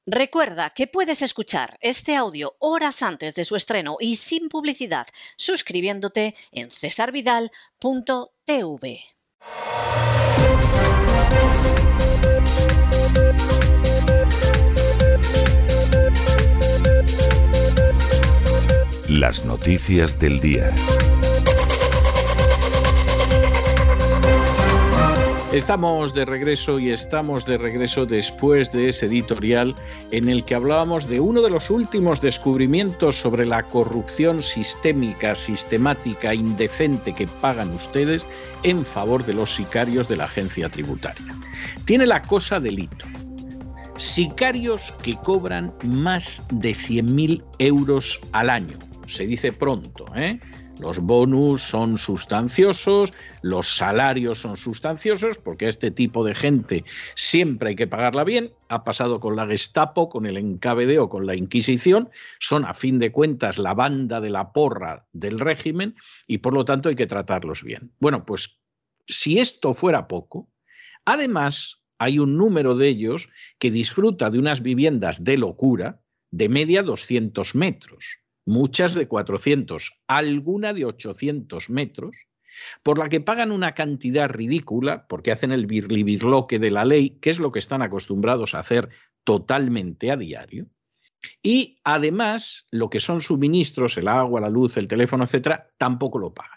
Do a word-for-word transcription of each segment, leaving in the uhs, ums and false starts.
Recuerda que puedes escuchar este audio horas antes de su estreno y sin publicidad suscribiéndote en cesar vidal punto t v. Las noticias del día. Estamos de regreso y estamos de regreso después de ese editorial en el que hablábamos de uno de los últimos descubrimientos sobre la corrupción sistémica, sistemática, indecente que pagan ustedes en favor de los sicarios de la agencia tributaria. Tiene la cosa delito. Sicarios que cobran más de cien mil euros al año. Se dice pronto, ¿eh? Los bonus son sustanciosos, los salarios son sustanciosos, porque a este tipo de gente siempre hay que pagarla bien. Ha pasado con la Gestapo, con el N K V D o con la Inquisición. Son, a fin de cuentas, la banda de la porra del régimen y, por lo tanto, hay que tratarlos bien. Bueno, pues, si esto fuera poco, además hay un número de ellos que disfruta de unas viviendas de locura de media doscientos metros. Muchas de cuatrocientos, alguna de ochocientos metros, por la que pagan una cantidad ridícula, porque hacen el birlibirloque de la ley, que es lo que están acostumbrados a hacer totalmente a diario, y además lo que son suministros, el agua, la luz, el teléfono, etcétera, tampoco lo pagan.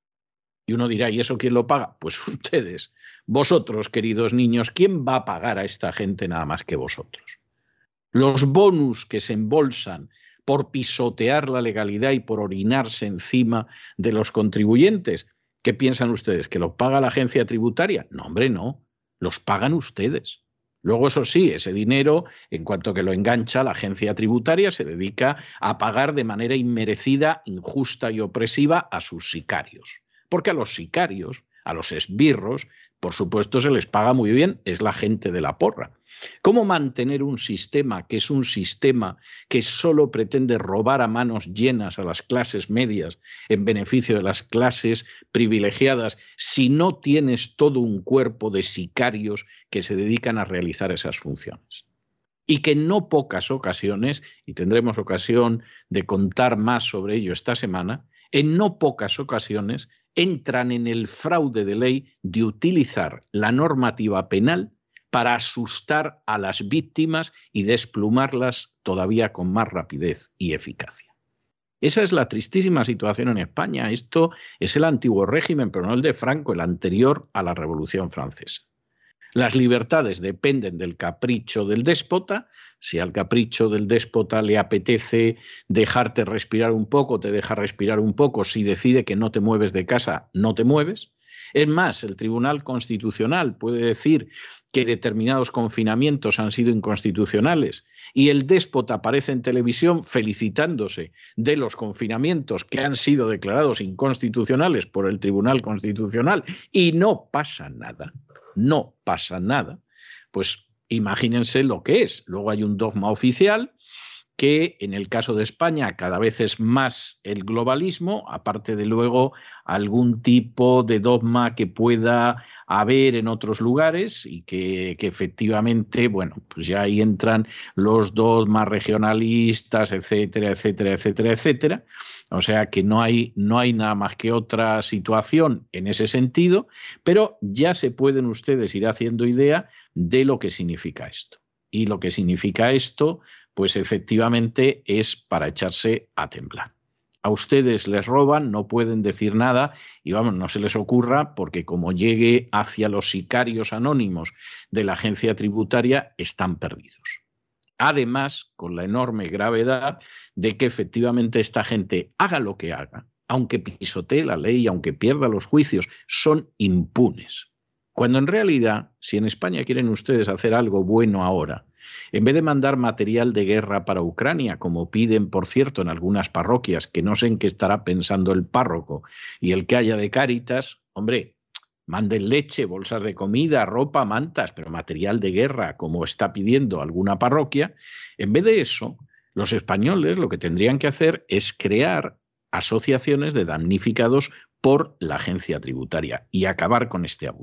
Y uno dirá, ¿y eso quién lo paga? Pues ustedes, vosotros, queridos niños, ¿quién va a pagar a esta gente nada más que vosotros? Los bonus que se embolsan por pisotear la legalidad y por orinarse encima de los contribuyentes. ¿Qué piensan ustedes? ¿Que lo paga la agencia tributaria? No, hombre, no. Los pagan ustedes. Luego, eso sí, ese dinero, en cuanto que lo engancha, la agencia tributaria se dedica a pagar de manera inmerecida, injusta y opresiva a sus sicarios. Porque a los sicarios, a los esbirros, por supuesto se les paga muy bien, es la gente de la porra. ¿Cómo mantener un sistema que es un sistema que solo pretende robar a manos llenas a las clases medias en beneficio de las clases privilegiadas si no tienes todo un cuerpo de sicarios que se dedican a realizar esas funciones? Y que en no pocas ocasiones, y tendremos ocasión de contar más sobre ello esta semana, en no pocas ocasiones entran en el fraude de ley de utilizar la normativa penal para asustar a las víctimas y desplumarlas todavía con más rapidez y eficacia. Esa es la tristísima situación en España. Esto es el antiguo régimen, pero no el de Franco, el anterior a la Revolución Francesa. Las libertades dependen del capricho del déspota. Si al capricho del déspota le apetece dejarte respirar un poco, te deja respirar un poco. Si decide que no te mueves de casa, no te mueves. Es más, el Tribunal Constitucional puede decir que determinados confinamientos han sido inconstitucionales y el déspota aparece en televisión felicitándose de los confinamientos que han sido declarados inconstitucionales por el Tribunal Constitucional y no pasa nada, no pasa nada. Pues imagínense lo que es. Luego hay un dogma oficial que en el caso de España cada vez es más el globalismo, aparte de luego algún tipo de dogma que pueda haber en otros lugares y que, que efectivamente, bueno, pues ya ahí entran los dogmas regionalistas, etcétera, etcétera, etcétera, etcétera. O sea que no hay, no hay nada más que otra situación en ese sentido, pero ya se pueden ustedes ir haciendo idea de lo que significa esto. Y lo que significa esto, pues efectivamente es para echarse a temblar. A ustedes les roban, no pueden decir nada y vamos, no se les ocurra porque como llegue hacia los sicarios anónimos de la agencia tributaria, están perdidos. Además, con la enorme gravedad de que efectivamente esta gente haga lo que haga, aunque pisotee la ley, aunque pierda los juicios, son impunes. Cuando en realidad, si en España quieren ustedes hacer algo bueno ahora, en vez de mandar material de guerra para Ucrania, como piden, por cierto, en algunas parroquias, que no sé en qué estará pensando el párroco y el que haya de Cáritas, hombre, manden leche, bolsas de comida, ropa, mantas, pero material de guerra, como está pidiendo alguna parroquia, en vez de eso, los españoles lo que tendrían que hacer es crear asociaciones de damnificados por la agencia tributaria y acabar con este abuso.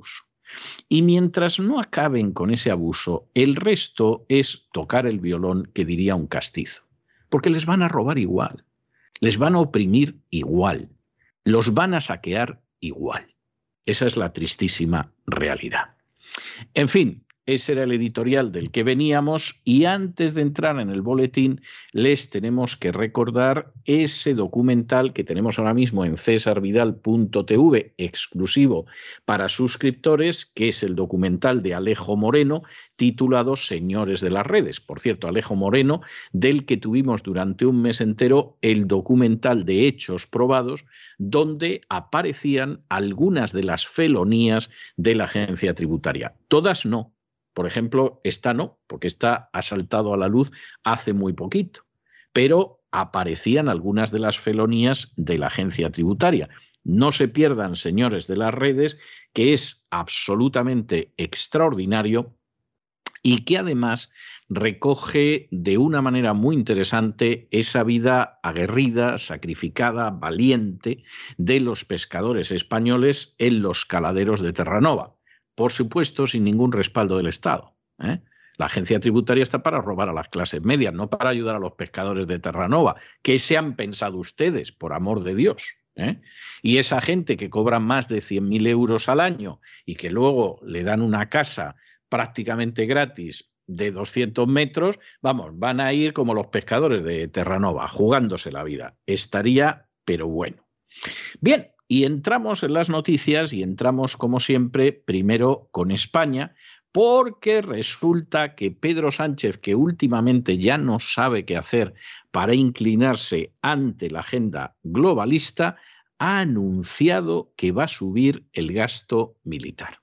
Y mientras no acaben con ese abuso, el resto es tocar el violón, que diría un castizo. Porque les van a robar igual, les van a oprimir igual, los van a saquear igual. Esa es la tristísima realidad. En fin, ese era el editorial del que veníamos, y antes de entrar en el boletín les tenemos que recordar ese documental que tenemos ahora mismo en cesar vidal punto t v, exclusivo para suscriptores, que es el documental de Alejo Moreno titulado Señores de las Redes. Por cierto, Alejo Moreno, del que tuvimos durante un mes entero el documental de Hechos Probados, donde aparecían algunas de las felonías de la agencia tributaria. Todas no. Por ejemplo, esta no, porque esta ha saltado a la luz hace muy poquito, pero aparecían algunas de las felonías de la agencia tributaria. No se pierdan, señores de las redes, que es absolutamente extraordinario y que además recoge de una manera muy interesante esa vida aguerrida, sacrificada, valiente de los pescadores españoles en los caladeros de Terranova. Por supuesto, sin ningún respaldo del Estado, ¿eh? La agencia tributaria está para robar a las clases medias, no para ayudar a los pescadores de Terranova. ¿Qué se han pensado ustedes, por amor de Dios? ¿eh? Y esa gente que cobra más de cien mil euros al año y que luego le dan una casa prácticamente gratis de doscientos metros, vamos, van a ir como los pescadores de Terranova, jugándose la vida. Estaría, pero bueno. Bien. Y entramos en las noticias y entramos, como siempre, primero con España, porque resulta que Pedro Sánchez, que últimamente ya no sabe qué hacer para inclinarse ante la agenda globalista, ha anunciado que va a subir el gasto militar.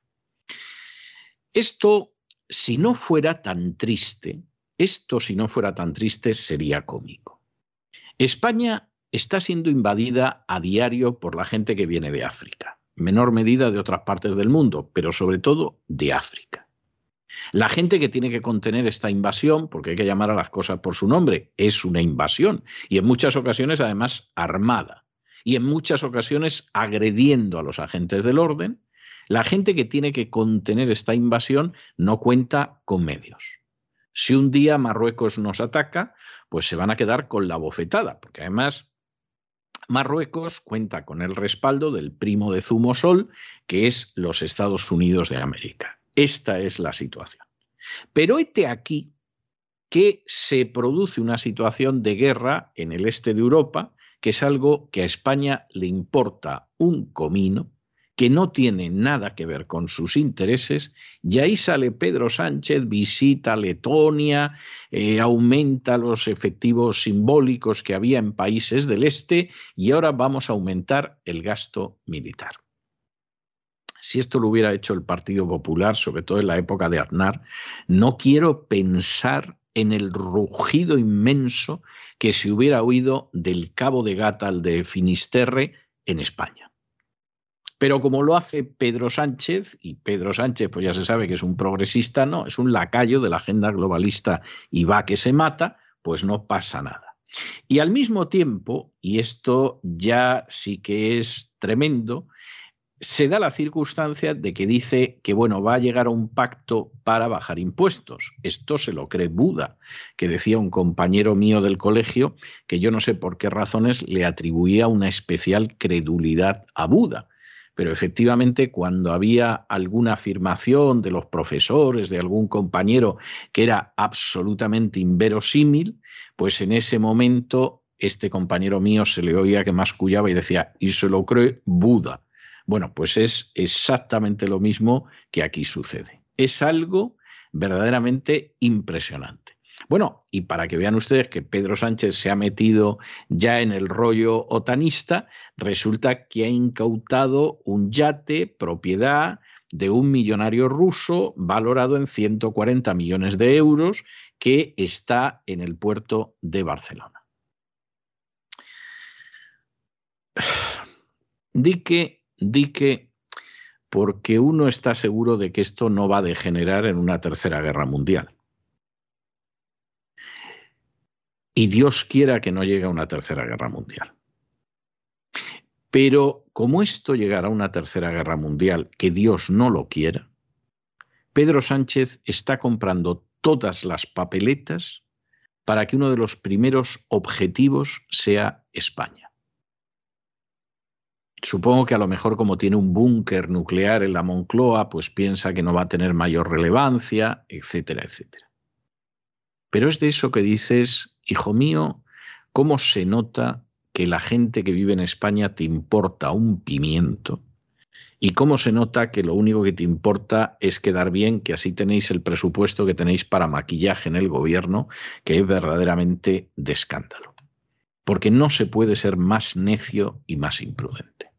Esto, si no fuera tan triste, esto si no fuera tan triste sería cómico. España está siendo invadida a diario por la gente que viene de África, en menor medida de otras partes del mundo, pero sobre todo de África. La gente que tiene que contener esta invasión, porque hay que llamar a las cosas por su nombre, es una invasión, y en muchas ocasiones además armada, y en muchas ocasiones agrediendo a los agentes del orden. La gente que tiene que contener esta invasión no cuenta con medios. Si un día Marruecos nos ataca, pues se van a quedar con la bofetada, porque además Marruecos cuenta con el respaldo del primo de Zumosol, que es los Estados Unidos de América. Esta es la situación. Pero hete aquí que se produce una situación de guerra en el este de Europa, que es algo que a España le importa un comino, que no tiene nada que ver con sus intereses, y ahí sale Pedro Sánchez, visita Letonia, eh, aumenta los efectivos simbólicos que había en países del este y ahora vamos a aumentar el gasto militar. Si esto lo hubiera hecho el Partido Popular, sobre todo en la época de Aznar, no quiero pensar en el rugido inmenso que se hubiera oído del Cabo de Gata al de Finisterre en España. Pero como lo hace Pedro Sánchez, y Pedro Sánchez pues ya se sabe que es un progresista, no, es un lacayo de la agenda globalista y va que se mata, pues no pasa nada. Y al mismo tiempo, y esto ya sí que es tremendo, se da la circunstancia de que dice que bueno, va a llegar a un pacto para bajar impuestos. Esto se lo cree Buda, que decía un compañero mío del colegio que yo no sé por qué razones le atribuía una especial credulidad a Buda. Pero efectivamente cuando había alguna afirmación de los profesores, de algún compañero que era absolutamente inverosímil, pues en ese momento este compañero mío se le oía que mascullaba y decía, y se lo cree Buda. Bueno, pues es exactamente lo mismo que aquí sucede. Es algo verdaderamente impresionante. Bueno, y para que vean ustedes que Pedro Sánchez se ha metido ya en el rollo otanista, resulta que ha incautado un yate propiedad de un millonario ruso valorado en ciento cuarenta millones de euros que está en el puerto de Barcelona. Di que, di que, porque uno está seguro de que esto no va a degenerar en una tercera guerra mundial. Y Dios quiera que no llegue a una tercera guerra mundial. Pero como esto llegará a una tercera guerra mundial, que Dios no lo quiera, Pedro Sánchez está comprando todas las papeletas para que uno de los primeros objetivos sea España. Supongo que a lo mejor, como tiene un búnker nuclear en la Moncloa, pues piensa que no va a tener mayor relevancia, etcétera, etcétera. Pero es de eso que dices, hijo mío, cómo se nota que la gente que vive en España te importa un pimiento, y cómo se nota que lo único que te importa es quedar bien, que así tenéis el presupuesto que tenéis para maquillaje en el gobierno, que es verdaderamente de escándalo. Porque no se puede ser más necio y más imprudente.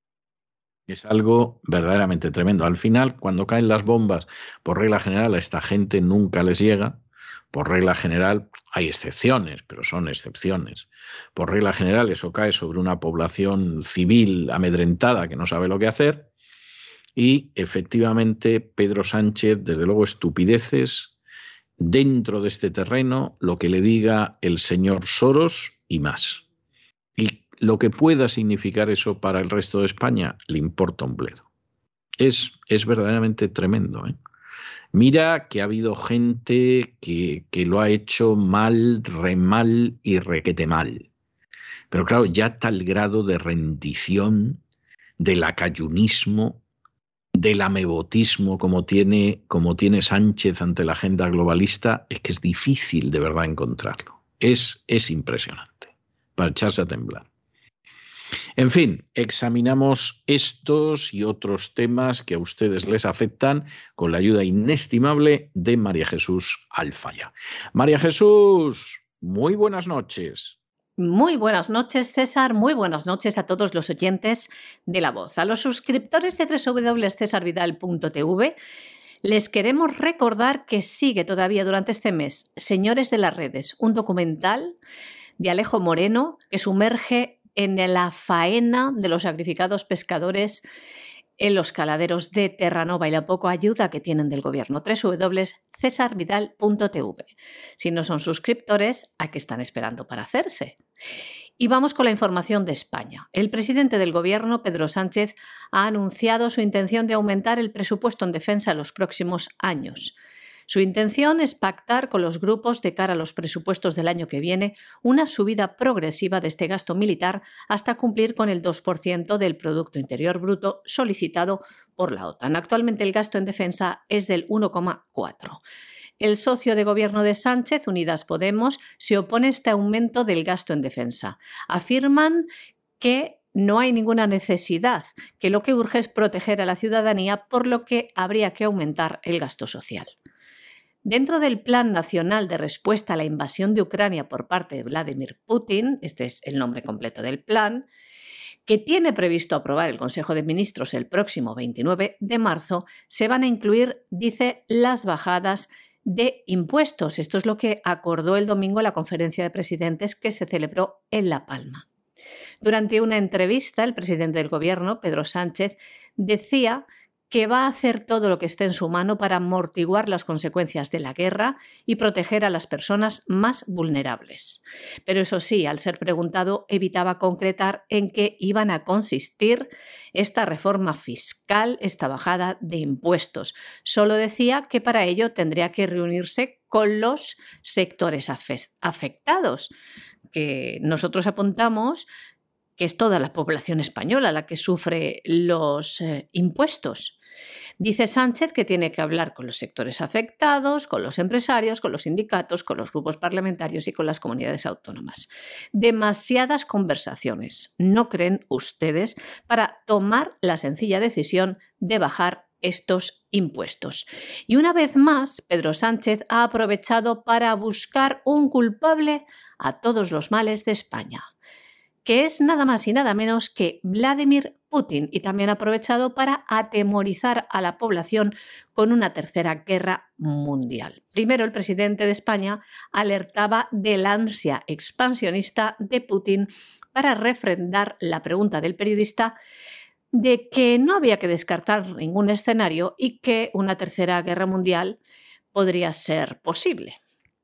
Es algo verdaderamente tremendo. Al final, cuando caen las bombas, por regla general a esta gente nunca les llega. Por regla general, hay excepciones, pero son excepciones. Por regla general, eso cae sobre una población civil amedrentada que no sabe lo que hacer. Y efectivamente, Pedro Sánchez, desde luego, estupideces dentro de este terreno, lo que le diga el señor Soros y más. Y lo que pueda significar eso para el resto de España, le importa un bledo. Es, es verdaderamente tremendo, ¿eh? Mira que ha habido gente que, que lo ha hecho mal, re mal y requete mal. Pero claro, ya tal grado de rendición, de lacayunismo, del amebotismo como tiene, como tiene Sánchez ante la agenda globalista, es que es difícil de verdad encontrarlo. Es, es impresionante, para echarse a temblar. En fin, examinamos estos y otros temas que a ustedes les afectan con la ayuda inestimable de María Jesús Alfaya. María Jesús, muy buenas noches. Muy buenas noches, César. Muy buenas noches a todos los oyentes de La Voz. A los suscriptores de doble u doble u doble u punto cesar vidal punto t v les queremos recordar que sigue todavía durante este mes Señores de las Redes, un documental de Alejo Moreno que sumerge en la faena de los sacrificados pescadores en los caladeros de Terranova y la poca ayuda que tienen del gobierno. doble u doble u doble u punto cesar vidal punto t v. Si no son suscriptores, ¿a qué están esperando para hacerse? Y vamos con la información de España. El presidente del gobierno, Pedro Sánchez, ha anunciado su intención de aumentar el presupuesto en defensa en los próximos años. Su intención es pactar con los grupos de cara a los presupuestos del año que viene una subida progresiva de este gasto militar hasta cumplir con el dos por ciento del Producto Interior Bruto solicitado por la OTAN. Actualmente el gasto en defensa es del uno coma cuatro. El socio de gobierno de Sánchez, Unidas Podemos, se opone a este aumento del gasto en defensa. Afirman que no hay ninguna necesidad, que lo que urge es proteger a la ciudadanía, por lo que habría que aumentar el gasto social. Dentro del Plan Nacional de Respuesta a la Invasión de Ucrania por parte de Vladimir Putin, este es el nombre completo del plan, que tiene previsto aprobar el Consejo de Ministros el próximo veintinueve de marzo, se van a incluir, dice, las bajadas de impuestos. Esto es lo que acordó el domingo la conferencia de presidentes que se celebró en La Palma. Durante una entrevista, el presidente del gobierno, Pedro Sánchez, decía que va a hacer todo lo que esté en su mano para amortiguar las consecuencias de la guerra y proteger a las personas más vulnerables. Pero eso sí, al ser preguntado, evitaba concretar en qué iban a consistir esta reforma fiscal, esta bajada de impuestos. Solo decía que para ello tendría que reunirse con los sectores afectados, que nosotros apuntamos que es toda la población española la que sufre los eh, impuestos. Dice Sánchez que tiene que hablar con los sectores afectados, con los empresarios, con los sindicatos, con los grupos parlamentarios y con las comunidades autónomas. Demasiadas conversaciones, ¿no creen ustedes?, para tomar la sencilla decisión de bajar estos impuestos. Y una vez más, Pedro Sánchez ha aprovechado para buscar un culpable a todos los males de España, que es nada más y nada menos que Vladimir Putin, y también ha aprovechado para atemorizar a la población con una tercera guerra mundial. Primero, el presidente de España alertaba del ansia expansionista de Putin para refrendar la pregunta del periodista de que no había que descartar ningún escenario y que una tercera guerra mundial podría ser posible.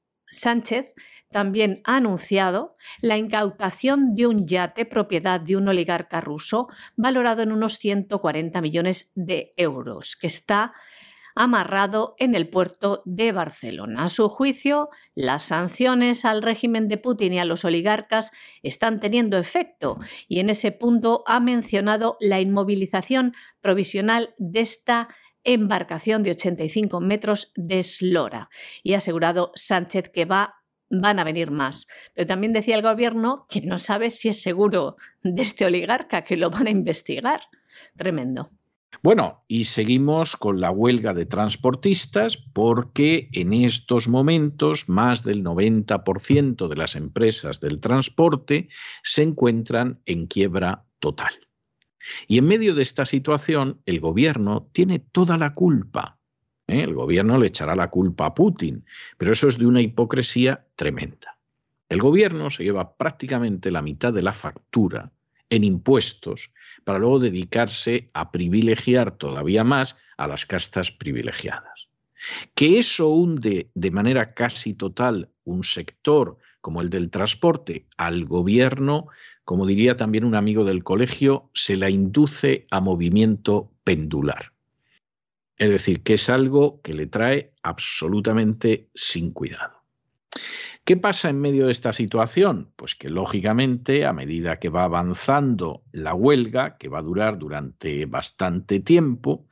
Sánchez también ha anunciado la incautación de un yate propiedad de un oligarca ruso valorado en unos ciento cuarenta millones de euros, que está amarrado en el puerto de Barcelona. A su juicio, las sanciones al régimen de Putin y a los oligarcas están teniendo efecto y en ese punto ha mencionado la inmovilización provisional de esta embarcación de ochenta y cinco metros de eslora y ha asegurado Sánchez que va van a venir más. Pero también decía el gobierno que no sabe si es seguro de este oligarca, que lo van a investigar. Tremendo. Bueno, y seguimos con la huelga de transportistas porque en estos momentos más del noventa por ciento de las empresas del transporte se encuentran en quiebra total. Y en medio de esta situación, el gobierno tiene toda la culpa. ¿Eh? El gobierno le echará la culpa a Putin, pero eso es de una hipocresía tremenda. El gobierno se lleva prácticamente la mitad de la factura en impuestos para luego dedicarse a privilegiar todavía más a las castas privilegiadas. Que eso hunde de manera casi total un sector como el del transporte al gobierno, como diría también un amigo del colegio, se la induce a movimiento pendular. Es decir, que es algo que le trae absolutamente sin cuidado. ¿Qué pasa en medio de esta situación? Pues que lógicamente a medida que va avanzando la huelga, que va a durar durante bastante tiempo,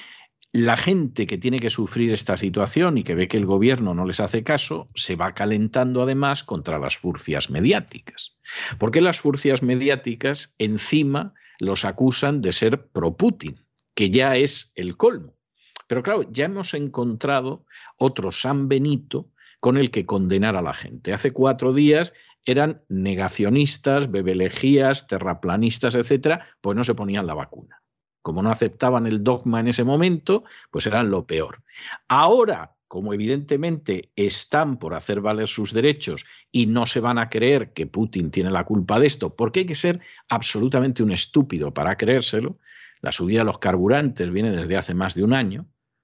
la gente que tiene que sufrir esta situación y que ve que el gobierno no les hace caso, se va calentando además contra las furcias mediáticas. Porque las furcias mediáticas encima los acusan de ser pro-Putin, que ya es el colmo. Pero claro, ya hemos encontrado otro San Benito con el que condenar a la gente. Hace cuatro días eran negacionistas, bebelejías, terraplanistas, etcétera, pues no se ponían la vacuna. Como no aceptaban el dogma en ese momento, pues eran lo peor. Ahora, como evidentemente están por hacer valer sus derechos y no se van a creer que Putin tiene la culpa de esto, porque hay que ser absolutamente un estúpido para creérselo, la subida de los carburantes viene desde hace más de un año,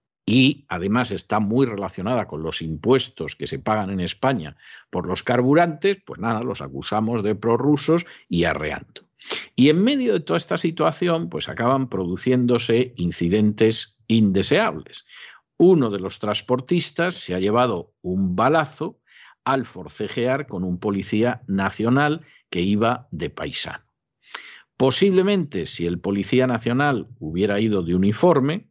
y además está muy relacionada con los impuestos que se pagan en España por los carburantes, pues nada, los acusamos de prorrusos y arreando. Y en medio de toda esta situación, pues acaban produciéndose incidentes indeseables. Uno de los transportistas se ha llevado un balazo al forcejear con un policía nacional que iba de paisano. Posiblemente, si el policía nacional hubiera ido de uniforme,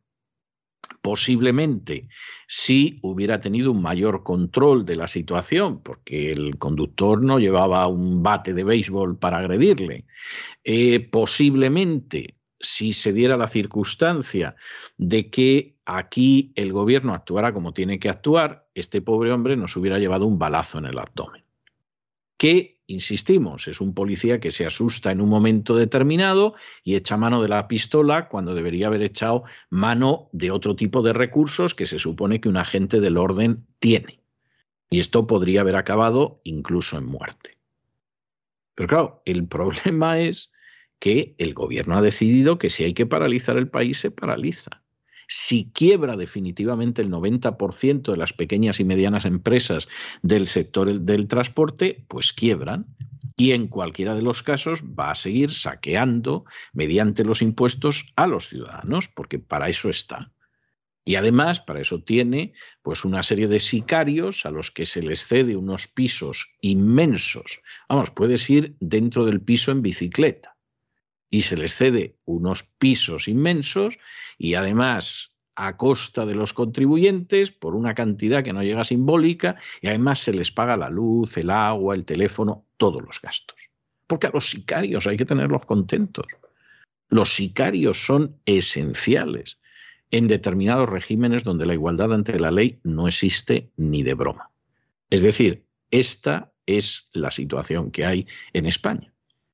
posiblemente si hubiera tenido un mayor control de la situación, porque el conductor no llevaba un bate de béisbol para agredirle, eh, posiblemente si se diera la circunstancia de que aquí el gobierno actuara como tiene que actuar, este pobre hombre nos hubiera llevado un balazo en el abdomen. Que, insistimos, es un policía que se asusta en un momento determinado y echa mano de la pistola cuando debería haber echado mano de otro tipo de recursos que se supone que un agente del orden tiene. Y esto podría haber acabado incluso en muerte. Pero claro, el problema es que el gobierno ha decidido que si hay que paralizar el país, se paraliza. Si quiebra definitivamente el noventa por ciento de las pequeñas y medianas empresas del sector del transporte, pues quiebran. Y en cualquiera de los casos va a seguir saqueando mediante los impuestos a los ciudadanos, porque para eso está. Y además, para eso tiene pues una serie de sicarios a los que se les cede unos pisos inmensos. Vamos, puedes ir dentro del piso en bicicleta. Y se les cede unos pisos inmensos y además a costa de los contribuyentes por una cantidad que no llega simbólica y además se les paga la luz, el agua, el teléfono, todos los gastos. Porque a los sicarios hay que tenerlos contentos. Los sicarios son esenciales en determinados regímenes donde la igualdad ante la ley no existe ni de broma. Es decir, esta es la situación que hay en España.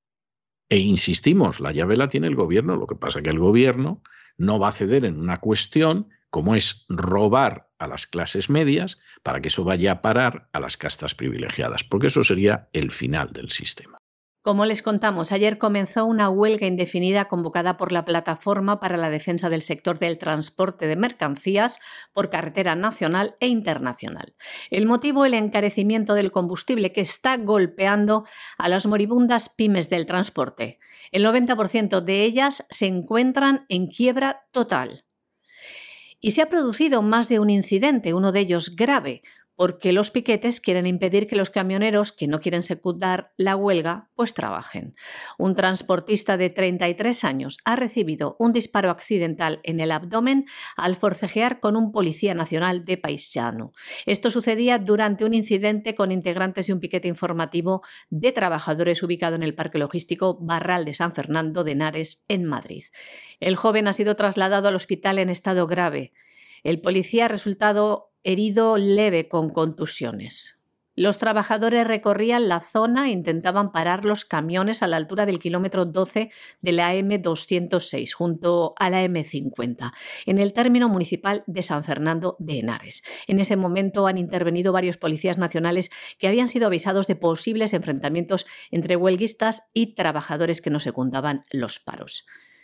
E insistimos, la llave la tiene el gobierno, lo que pasa es que el gobierno no va a ceder en una cuestión como es robar a las clases medias para que eso vaya a parar a las castas privilegiadas, porque eso sería el final del sistema. Como les contamos, ayer comenzó una huelga indefinida convocada por la Plataforma para la Defensa del Sector del Transporte de Mercancías por carretera nacional e internacional. El motivo, el encarecimiento del combustible que está golpeando a las moribundas pymes del transporte. El noventa por ciento de ellas se encuentran en quiebra total. Y se ha producido más de un incidente, uno de ellos grave, porque los piquetes quieren impedir que los camioneros que no quieren secundar la huelga pues trabajen. Un transportista de treinta y tres años ha recibido un disparo accidental en el abdomen al forcejear con un policía nacional de paisano. Esto sucedía durante un incidente con integrantes de un piquete informativo de trabajadores ubicado en el Parque Logístico Barral de San Fernando de Henares, en Madrid. El joven ha sido trasladado al hospital en estado grave. El policía ha resultado herido leve con contusiones. Los trabajadores recorrían la zona e intentaban parar los camiones a la altura del kilómetro doce de la eme doscientos seis, junto a la eme cincuenta, en el término municipal de San Fernando de Henares. En ese momento han intervenido varios policías nacionales que habían sido avisados de posibles enfrentamientos entre huelguistas y trabajadores que no secundaban los paros.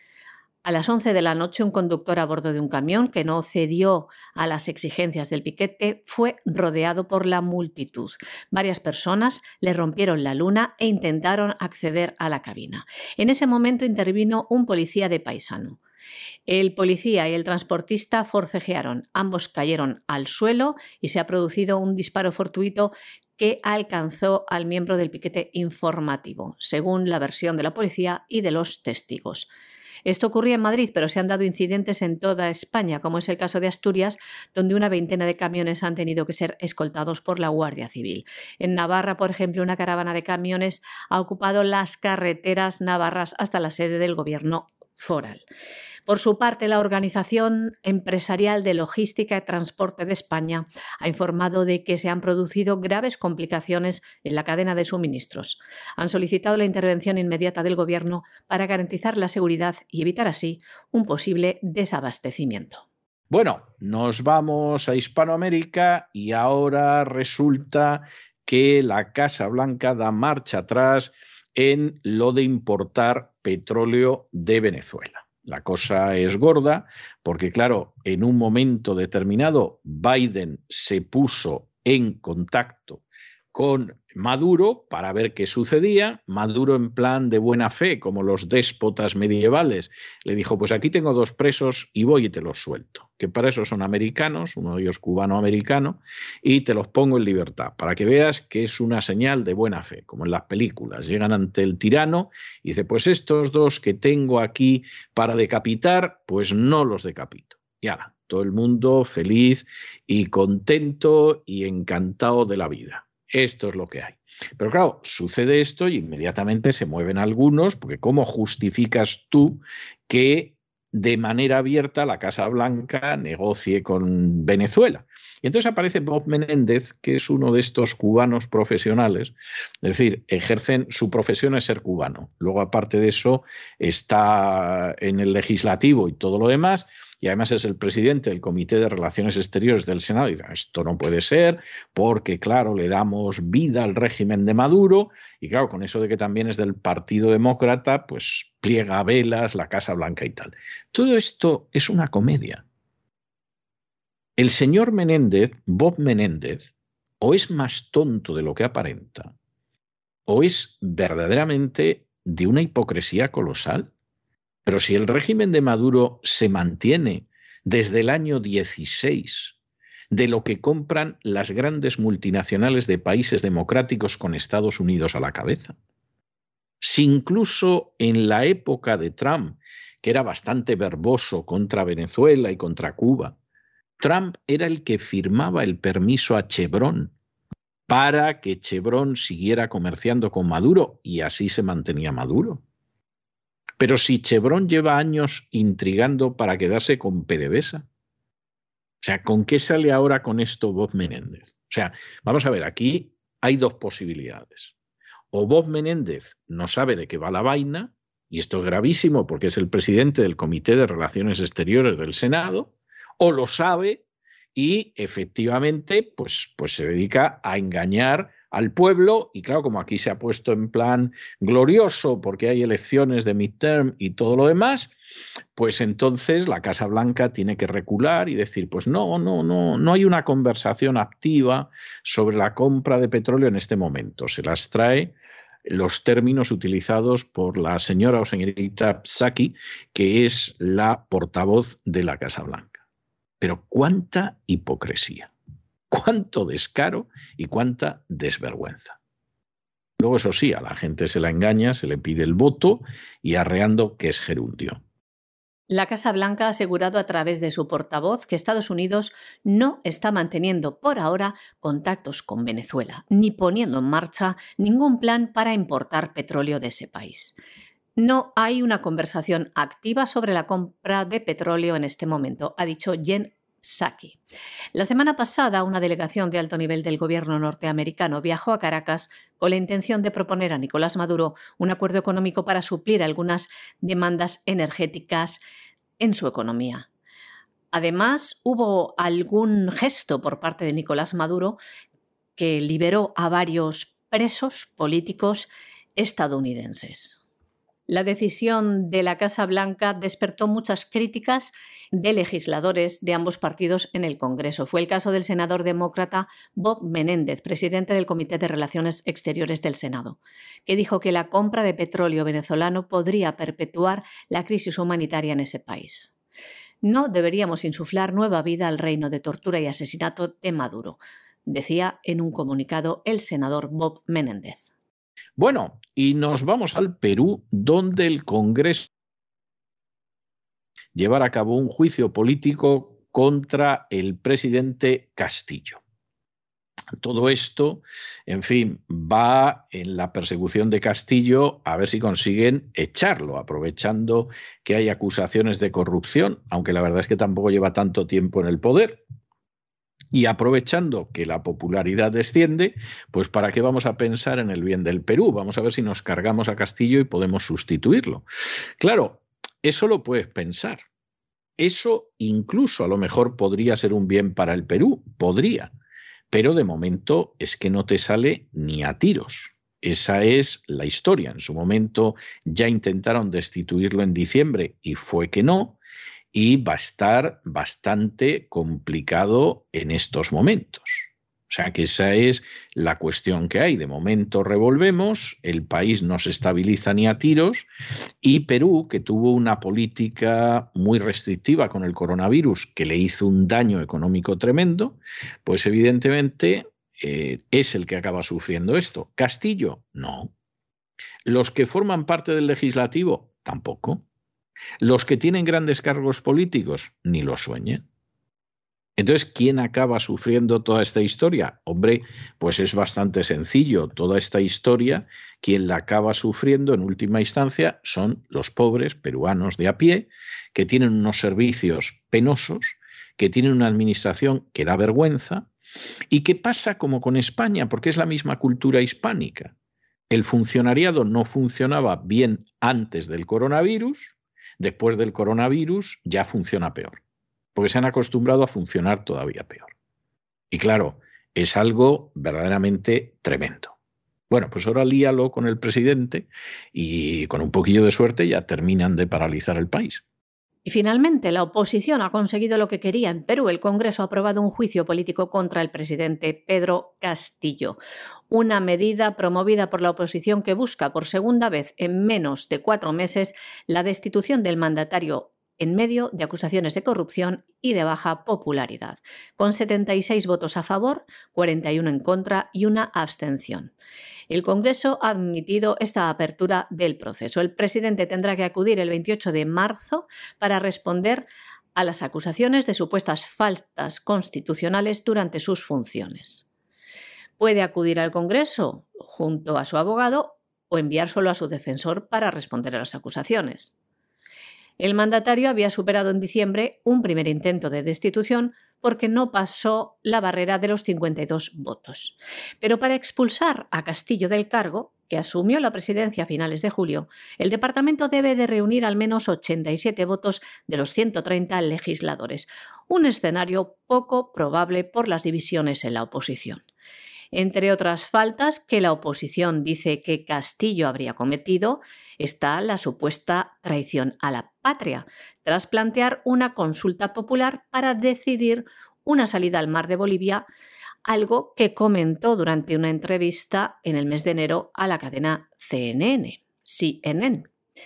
A las once de la noche, un conductor a bordo de un camión que no cedió a las exigencias del piquete fue rodeado por la multitud. Varias personas le rompieron la luna e intentaron acceder a la cabina. En ese momento intervino un policía de paisano. El policía y el transportista forcejearon, ambos cayeron al suelo y se ha producido un disparo fortuito que alcanzó al miembro del piquete informativo, según la versión de la policía y de los testigos. Esto ocurría en Madrid, pero se han dado incidentes en toda España, como es el caso de Asturias, donde una veintena de camiones han tenido que ser escoltados por la Guardia Civil. En Navarra, por ejemplo, una caravana de camiones ha ocupado las carreteras navarras hasta la sede del gobierno foral. Por su parte, la Organización Empresarial de Logística y Transporte de España ha informado de que se han producido graves complicaciones en la cadena de suministros. Han solicitado la intervención inmediata del Gobierno para garantizar la seguridad y evitar así un posible desabastecimiento. Bueno, nos vamos a Hispanoamérica y ahora resulta que la Casa Blanca da marcha atrás en lo de importar petróleo de Venezuela. La cosa es gorda porque, claro, en un momento determinado Biden se puso en contacto con Maduro para ver qué sucedía. Maduro, en plan de buena fe, como los déspotas medievales, le dijo, pues aquí tengo dos presos y voy y te los suelto, que para eso son americanos, uno de ellos cubano-americano, y te los pongo en libertad, para que veas que es una señal de buena fe, como en las películas. Llegan ante el tirano y dice, pues estos dos que tengo aquí para decapitar, pues no los decapito. Y ahora, todo el mundo feliz y contento y encantado de la vida. Esto es lo que hay. Pero claro, sucede esto y inmediatamente se mueven algunos, porque ¿cómo justificas tú que de manera abierta la Casa Blanca negocie con Venezuela? Y entonces aparece Bob Menéndez, que es uno de estos cubanos profesionales, es decir, ejercen, su profesión es ser cubano. Luego, aparte de eso, está en el legislativo y todo lo demás, y además es el presidente del Comité de Relaciones Exteriores del Senado. Y dice, esto no puede ser porque, claro, le damos vida al régimen de Maduro. Y claro, con eso de que también es del Partido Demócrata, pues pliega velas la Casa Blanca y tal. Todo esto es una comedia. El señor Menéndez, Bob Menéndez, o es más tonto de lo que aparenta, o es verdaderamente de una hipocresía colosal. Pero si el régimen de Maduro se mantiene desde el año dieciséis de lo que compran las grandes multinacionales de países democráticos con Estados Unidos a la cabeza, si incluso en la época de Trump, que era bastante verboso contra Venezuela y contra Cuba, Trump era el que firmaba el permiso a Chevron para que Chevron siguiera comerciando con Maduro y así se mantenía Maduro. Pero si Chevron lleva años intrigando para quedarse con PDVSA, o sea, ¿con qué sale ahora con esto Bob Menéndez? O sea, vamos a ver, aquí hay dos posibilidades. O Bob Menéndez no sabe de qué va la vaina, y esto es gravísimo porque es el presidente del Comité de Relaciones Exteriores del Senado, o lo sabe y efectivamente pues, pues se dedica a engañar al pueblo, y claro, como aquí se ha puesto en plan glorioso porque hay elecciones de midterm y todo lo demás, pues entonces la Casa Blanca tiene que recular y decir, pues no, no, no, no hay una conversación activa sobre la compra de petróleo en este momento. Se las trae los términos utilizados por la señora o señorita Psaki, que es la portavoz de la Casa Blanca. Pero cuánta hipocresía, cuánto descaro y cuánta desvergüenza. Luego, eso sí, a la gente se la engaña, se le pide el voto y arreando que es gerundio. La Casa Blanca ha asegurado a través de su portavoz que Estados Unidos no está manteniendo por ahora contactos con Venezuela, ni poniendo en marcha ningún plan para importar petróleo de ese país. No hay una conversación activa sobre la compra de petróleo en este momento, ha dicho Jen Psaki. La semana pasada, una delegación de alto nivel del gobierno norteamericano viajó a Caracas con la intención de proponer a Nicolás Maduro un acuerdo económico para suplir algunas demandas energéticas en su economía. Además, hubo algún gesto por parte de Nicolás Maduro que liberó a varios presos políticos estadounidenses. La decisión de la Casa Blanca despertó muchas críticas de legisladores de ambos partidos en el Congreso. Fue el caso del senador demócrata Bob Menéndez, presidente del Comité de Relaciones Exteriores del Senado, que dijo que la compra de petróleo venezolano podría perpetuar la crisis humanitaria en ese país. No deberíamos insuflar nueva vida al reino de tortura y asesinato de Maduro, decía en un comunicado el senador Bob Menéndez. Bueno, y nos vamos al Perú, donde el Congreso llevará a cabo un juicio político contra el presidente Castillo. Todo esto, en fin, va en la persecución de Castillo a ver si consiguen echarlo, aprovechando que hay acusaciones de corrupción, aunque la verdad es que tampoco lleva tanto tiempo en el poder. Y aprovechando que la popularidad desciende, pues ¿para qué vamos a pensar en el bien del Perú? Vamos a ver si nos cargamos a Castillo y podemos sustituirlo. Claro, eso lo puedes pensar. Eso incluso a lo mejor podría ser un bien para el Perú, podría. Pero de momento es que no te sale ni a tiros. Esa es la historia. En su momento ya intentaron destituirlo en diciembre y fue que no. Y va a estar bastante complicado en estos momentos. O sea que esa es la cuestión que hay. De momento revolvemos, el país no se estabiliza ni a tiros y Perú, que tuvo una política muy restrictiva con el coronavirus que le hizo un daño económico tremendo, pues evidentemente eh, es el que acaba sufriendo esto. Castillo, no. Los que forman parte del legislativo, tampoco. Los que tienen grandes cargos políticos, ni lo sueñen. Entonces, ¿quién acaba sufriendo toda esta historia? Hombre, pues es bastante sencillo. Toda esta historia, quien la acaba sufriendo en última instancia son los pobres peruanos de a pie, que tienen unos servicios penosos, que tienen una administración que da vergüenza. ¿Y qué pasa como con España? Porque es la misma cultura hispánica. El funcionariado no funcionaba bien antes del coronavirus. Después del coronavirus ya funciona peor, porque se han acostumbrado a funcionar todavía peor. Y claro, es algo verdaderamente tremendo. Bueno, pues ahora líalo con el presidente y con un poquillo de suerte ya terminan de paralizar el país. Y finalmente, la oposición ha conseguido lo que quería. En Perú, el Congreso ha aprobado un juicio político contra el presidente Pedro Castillo, una medida promovida por la oposición que busca por segunda vez en menos de cuatro meses la destitución del mandatario en medio de acusaciones de corrupción y de baja popularidad, con setenta y seis votos a favor, cuarenta y uno en contra y una abstención. El Congreso ha admitido esta apertura del proceso. El presidente tendrá que acudir el veintiocho de marzo para responder a las acusaciones de supuestas faltas constitucionales durante sus funciones. Puede acudir al Congreso junto a su abogado o enviárselo a su defensor para responder a las acusaciones. El mandatario había superado en diciembre un primer intento de destitución porque no pasó la barrera de los cincuenta y dos votos. Pero para expulsar a Castillo del cargo, que asumió la presidencia a finales de julio, el departamento debe de reunir al menos ochenta y siete votos de los ciento treinta legisladores, un escenario poco probable por las divisiones en la oposición. Entre otras faltas que la oposición dice que Castillo habría cometido, está la supuesta traición a la patria, tras plantear una consulta popular para decidir una salida al mar de Bolivia, algo que comentó durante una entrevista en el mes de enero a la cadena C N N. C N N.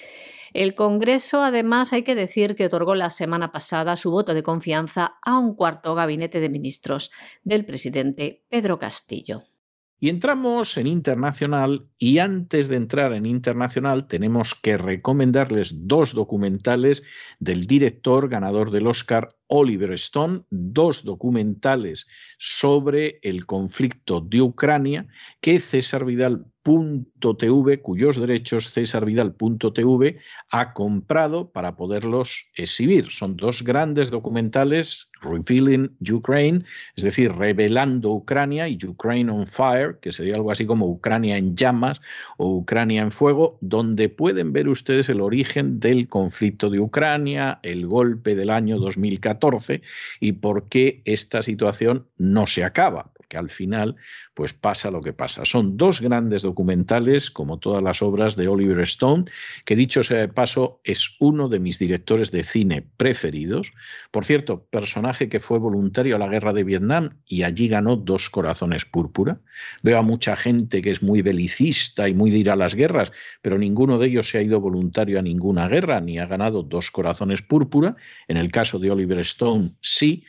El Congreso, además, hay que decir que otorgó la semana pasada su voto de confianza a un cuarto gabinete de ministros del presidente Pedro Castillo. Y entramos en internacional, y antes de entrar en internacional tenemos que recomendarles dos documentales del director ganador del Oscar Oliver Stone, dos documentales sobre el conflicto de Ucrania que César Vidal punto t v, cuyos derechos César Vidal punto t v ha comprado para poderlos exhibir. Son dos grandes documentales, Revealing Ukraine, es decir, revelando Ucrania, y Ukraine on Fire, que sería algo así como Ucrania en llamas o Ucrania en fuego, donde pueden ver ustedes el origen del conflicto de Ucrania, el golpe del año dos mil catorce y por qué esta situación no se acaba, porque al final pues pasa lo que pasa. Son dos grandes documentales, como todas las obras de Oliver Stone, que dicho sea de paso es uno de mis directores de cine preferidos. Por cierto, personaje que fue voluntario a la guerra de Vietnam y allí ganó dos corazones púrpura. Veo a mucha gente que es muy belicista y muy de ir a las guerras, pero ninguno de ellos se ha ido voluntario a ninguna guerra ni ha ganado dos corazones púrpura. En el caso de Oliver Stone, sí.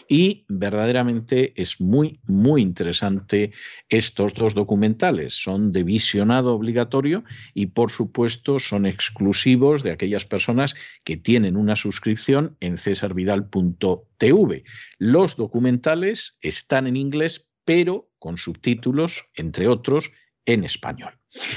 Y verdaderamente es muy, muy interesante estos dos documentales. Son de visionado obligatorio y, por supuesto, son exclusivos de aquellas personas que tienen una suscripción en César Vidal punto t v. Los documentales están en inglés, pero con subtítulos, entre otros, en español.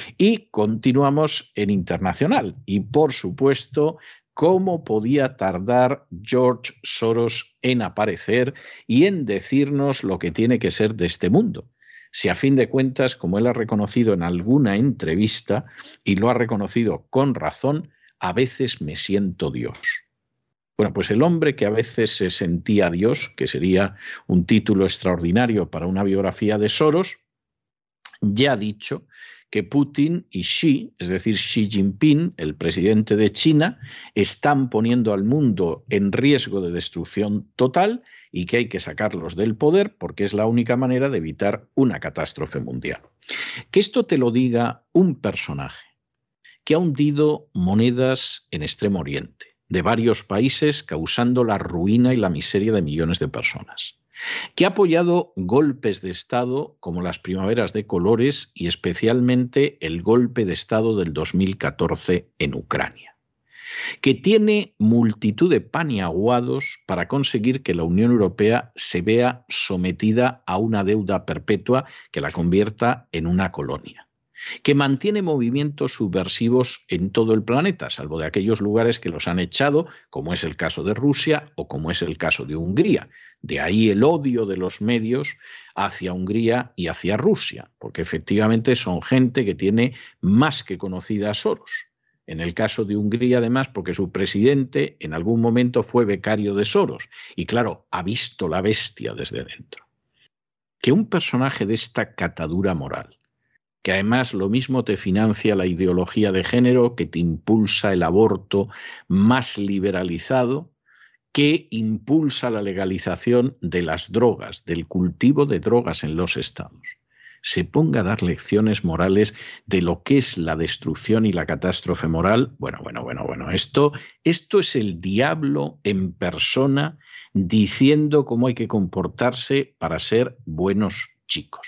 Y continuamos en internacional. Y, por supuesto, ¿cómo podía tardar George Soros en aparecer y en decirnos lo que tiene que ser de este mundo? Si a fin de cuentas, como él ha reconocido en alguna entrevista, y lo ha reconocido con razón, a veces me siento Dios. Bueno, pues el hombre que a veces se sentía Dios, que sería un título extraordinario para una biografía de Soros, ya ha dicho que Putin y Xi, es decir, Xi Jinping, el presidente de China, están poniendo al mundo en riesgo de destrucción total y que hay que sacarlos del poder porque es la única manera de evitar una catástrofe mundial. Que esto te lo diga un personaje que ha hundido monedas en Extremo Oriente de varios países, causando la ruina y la miseria de millones de personas, que ha apoyado golpes de Estado como las primaveras de colores y especialmente el golpe de Estado del dos mil catorce en Ucrania, que tiene multitud de paniaguados para conseguir que la Unión Europea se vea sometida a una deuda perpetua que la convierta en una colonia, que mantiene movimientos subversivos en todo el planeta, salvo de aquellos lugares que los han echado, como es el caso de Rusia o como es el caso de Hungría. De ahí el odio de los medios hacia Hungría y hacia Rusia, porque efectivamente son gente que tiene más que conocida a Soros. En el caso de Hungría, además, porque su presidente en algún momento fue becario de Soros y, claro, ha visto la bestia desde dentro. Que un personaje de esta catadura moral, que además lo mismo te financia la ideología de género, que te impulsa el aborto más liberalizado, que impulsa la legalización de las drogas, del cultivo de drogas en los estados, se ponga a dar lecciones morales de lo que es la destrucción y la catástrofe moral. Bueno, bueno, bueno, bueno, esto, esto es el diablo en persona diciendo cómo hay que comportarse para ser buenos chicos.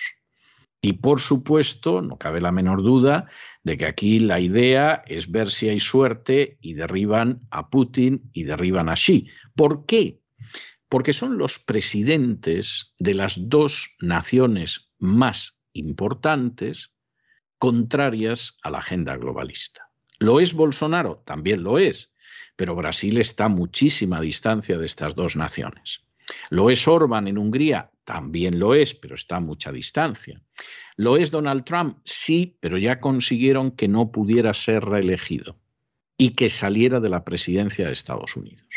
Y por supuesto, no cabe la menor duda de que aquí la idea es ver si hay suerte y derriban a Putin y derriban a Xi. ¿Por qué? Porque son los presidentes de las dos naciones más importantes contrarias a la agenda globalista. ¿Lo es Bolsonaro? También lo es, pero Brasil está a muchísima distancia de estas dos naciones. ¿Lo es Orbán en Hungría? También lo es, pero está a mucha distancia. ¿Lo es Donald Trump? Sí, pero ya consiguieron que no pudiera ser reelegido y que saliera de la presidencia de Estados Unidos.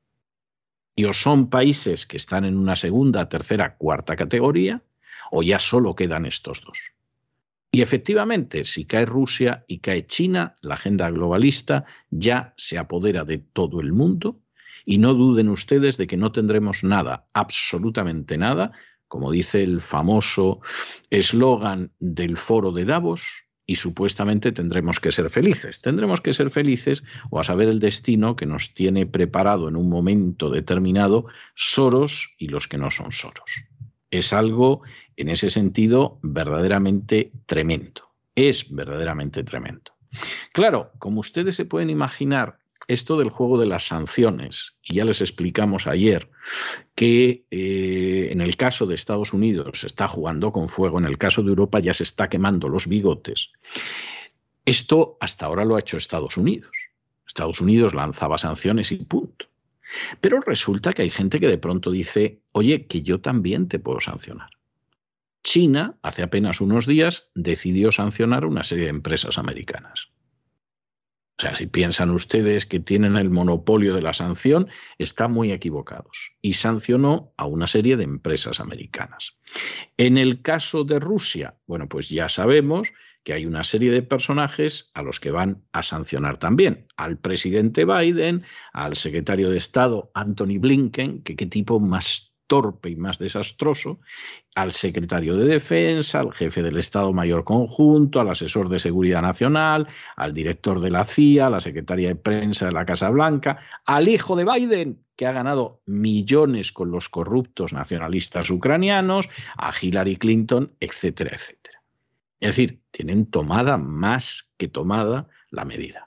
Y o son países que están en una segunda, tercera, cuarta categoría, o ya solo quedan estos dos. Y efectivamente, si cae Rusia y cae China, la agenda globalista ya se apodera de todo el mundo. Y no duden ustedes de que no tendremos nada, absolutamente nada, como dice el famoso eslogan del foro de Davos, y supuestamente tendremos que ser felices. Tendremos que ser felices o a saber el destino que nos tiene preparado en un momento determinado Soros y los que no son Soros. Es algo, en ese sentido, verdaderamente tremendo. Es verdaderamente tremendo. Claro, como ustedes se pueden imaginar, esto del juego de las sanciones, y ya les explicamos ayer que eh, en el caso de Estados Unidos se está jugando con fuego, en el caso de Europa ya se está quemando los bigotes. Esto hasta ahora lo ha hecho Estados Unidos. Estados Unidos lanzaba sanciones y punto. Pero resulta que hay gente que de pronto dice, oye, que yo también te puedo sancionar. China, hace apenas unos días, decidió sancionar una serie de empresas americanas. O sea, si piensan ustedes que tienen el monopolio de la sanción, están muy equivocados. Y sancionó a una serie de empresas americanas. En el caso de Rusia, bueno, pues ya sabemos que hay una serie de personajes a los que van a sancionar también. Al presidente Biden, al secretario de Estado Antony Blinken, que qué tipo más torpe y más desastroso, al secretario de Defensa, al jefe del Estado Mayor Conjunto, al asesor de Seguridad Nacional, al director de la C I A, a la secretaria de Prensa de la Casa Blanca, al hijo de Biden, que ha ganado millones con los corruptos nacionalistas ucranianos, a Hillary Clinton, etcétera, etcétera. Es decir, tienen tomada más que tomada la medida.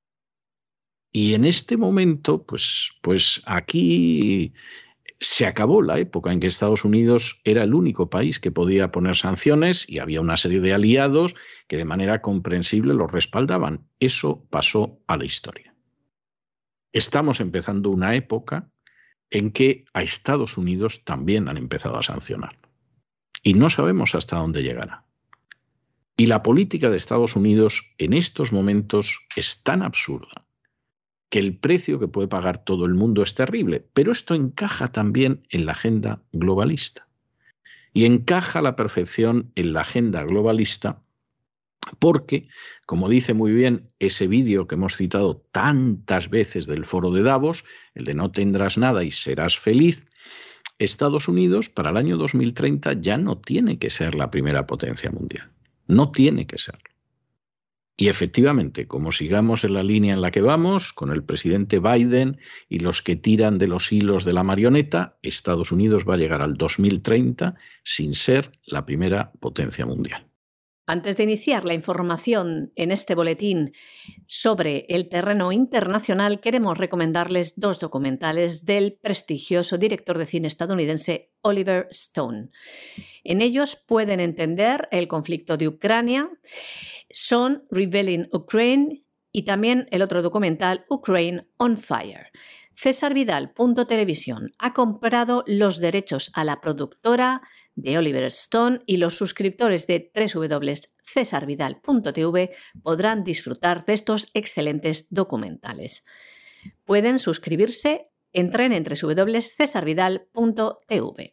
Y en este momento, pues, pues aquí se acabó la época en que Estados Unidos era el único país que podía poner sanciones y había una serie de aliados que de manera comprensible los respaldaban. Eso pasó a la historia. Estamos empezando una época en que a Estados Unidos también han empezado a sancionar. Y no sabemos hasta dónde llegará. Y la política de Estados Unidos en estos momentos es tan absurda que el precio que puede pagar todo el mundo es terrible, pero esto encaja también en la agenda globalista. Y encaja a la perfección en la agenda globalista porque, como dice muy bien ese vídeo que hemos citado tantas veces del foro de Davos, el de no tendrás nada y serás feliz, Estados Unidos para el año dos mil treinta ya no tiene que ser la primera potencia mundial. No tiene que serlo. Y efectivamente, como sigamos en la línea en la que vamos, con el presidente Biden y los que tiran de los hilos de la marioneta, Estados Unidos va a llegar al dos mil treinta sin ser la primera potencia mundial. Antes de iniciar la información en este boletín sobre el terreno internacional, queremos recomendarles dos documentales del prestigioso director de cine estadounidense Oliver Stone. En ellos pueden entender el conflicto de Ucrania, son Revealing Ukraine y también el otro documental Ukraine on Fire. César Vidal punto televisión ha comprado los derechos a la productora de Oliver Stone y los suscriptores de doble u doble u doble u punto cesar vidal punto t v podrán disfrutar de estos excelentes documentales. Pueden suscribirse, entren en doble u doble u doble u punto cesar vidal punto t v.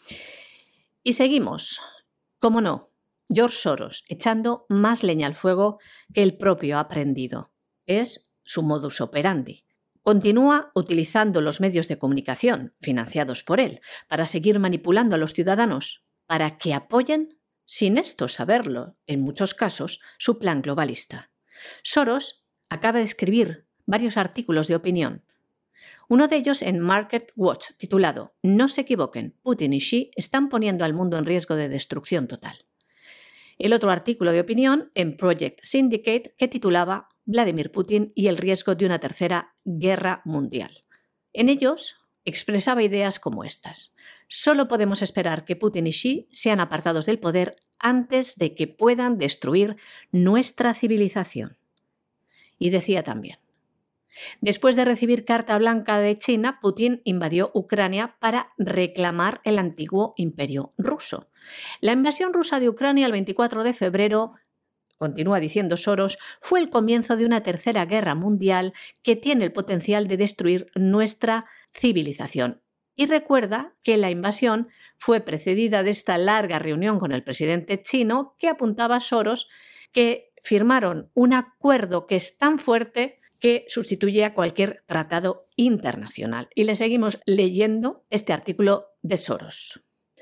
Y seguimos, como no, George Soros echando más leña al fuego que el propio ha aprendido. Es su modus operandi. Continúa utilizando los medios de comunicación, financiados por él, para seguir manipulando a los ciudadanos, para que apoyen, sin estos saberlo, en muchos casos, su plan globalista. Soros acaba de escribir varios artículos de opinión. Uno de ellos en Market Watch, titulado «No se equivoquen, Putin y Xi están poniendo al mundo en riesgo de destrucción total». El otro artículo de opinión en Project Syndicate que titulaba Vladimir Putin y el riesgo de una tercera guerra mundial. En ellos expresaba ideas como estas. Solo podemos esperar que Putin y Xi sean apartados del poder antes de que puedan destruir nuestra civilización. Y decía también, después de recibir carta blanca de China, Putin invadió Ucrania para reclamar el antiguo imperio ruso. La invasión rusa de Ucrania el veinticuatro de febrero, continúa diciendo Soros, fue el comienzo de una tercera guerra mundial que tiene el potencial de destruir nuestra civilización. Y recuerda que la invasión fue precedida de esta larga reunión con el presidente chino que apuntaba a Soros que firmaron un acuerdo que es tan fuerte que sustituye a cualquier tratado internacional. Y le seguimos leyendo este artículo de Soros.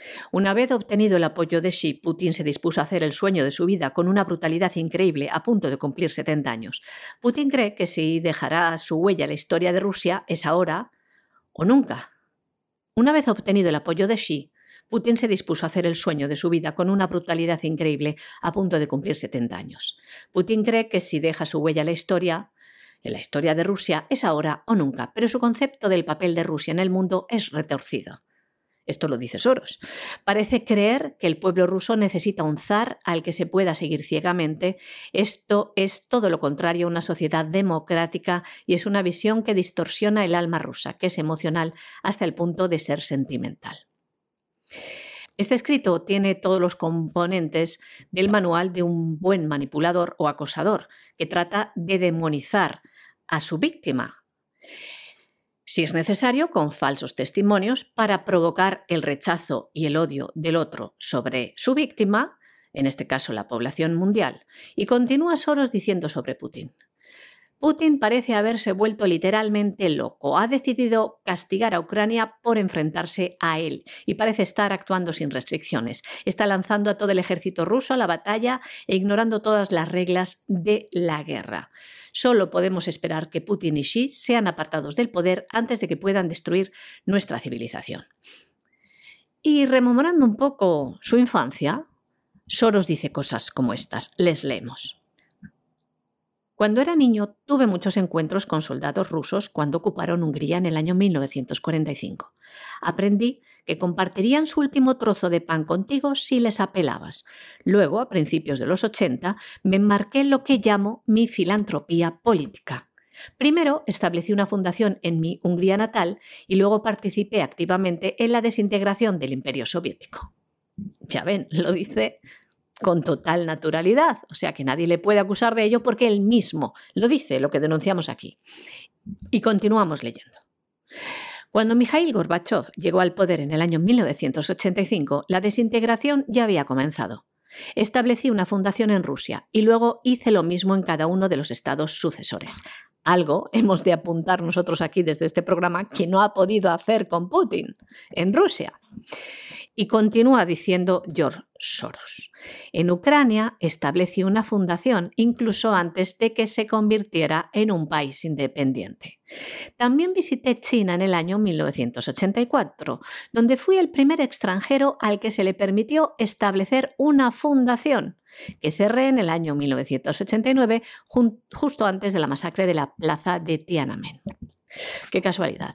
Una vez obtenido el apoyo de Xi, Putin se dispuso a hacer el sueño de su vida con una brutalidad increíble a punto de cumplir setenta años. Putin cree que si dejará su huella en la historia de Rusia es ahora o nunca. Una vez obtenido el apoyo de Xi, Putin se dispuso a hacer el sueño de su vida con una brutalidad increíble a punto de cumplir setenta años. Putin cree que si deja su huella en la historia, en la historia de Rusia, es ahora o nunca, pero su concepto del papel de Rusia en el mundo es retorcido. Esto lo dice Soros. Parece creer que el pueblo ruso necesita un zar al que se pueda seguir ciegamente. Esto es todo lo contrario a una sociedad democrática y es una visión que distorsiona el alma rusa, que es emocional hasta el punto de ser sentimental. Este escrito tiene todos los componentes del manual de un buen manipulador o acosador, que trata de demonizar a su víctima, si es necesario, con falsos testimonios para provocar el rechazo y el odio del otro sobre su víctima, en este caso la población mundial. Y continúa Soros diciendo sobre Putin. Putin parece haberse vuelto literalmente loco. Ha decidido castigar a Ucrania por enfrentarse a él y parece estar actuando sin restricciones. Está lanzando a todo el ejército ruso a la batalla e ignorando todas las reglas de la guerra. Solo podemos esperar que Putin y Xi sean apartados del poder antes de que puedan destruir nuestra civilización. Y rememorando un poco su infancia, Soros dice cosas como estas. Les leemos. Cuando era niño tuve muchos encuentros con soldados rusos cuando ocuparon Hungría en el año mil novecientos cuarenta y cinco. Aprendí que compartirían su último trozo de pan contigo si les apelabas. Luego, a principios de los ochenta, me enmarqué en lo que llamo mi filantropía política. Primero establecí una fundación en mi Hungría natal y luego participé activamente en la desintegración del Imperio Soviético. Ya ven, lo dice con total naturalidad, o sea que nadie le puede acusar de ello porque él mismo lo dice, lo que denunciamos aquí. Y continuamos leyendo. Cuando Mikhail Gorbachev llegó al poder en el año mil novecientos ochenta y cinco, la desintegración ya había comenzado. Establecí una fundación en Rusia y luego hice lo mismo en cada uno de los estados sucesores. Algo hemos de apuntar nosotros aquí desde este programa que no ha podido hacer con Putin en Rusia. Y continúa diciendo George Soros. En Ucrania establecí una fundación incluso antes de que se convirtiera en un país independiente. También visité China en el año mil novecientos ochenta y cuatro, donde fui el primer extranjero al que se le permitió establecer una fundación, que cerré en el año mil novecientos ochenta y nueve, justo antes de la masacre de la plaza de Tiananmen. ¡Qué casualidad!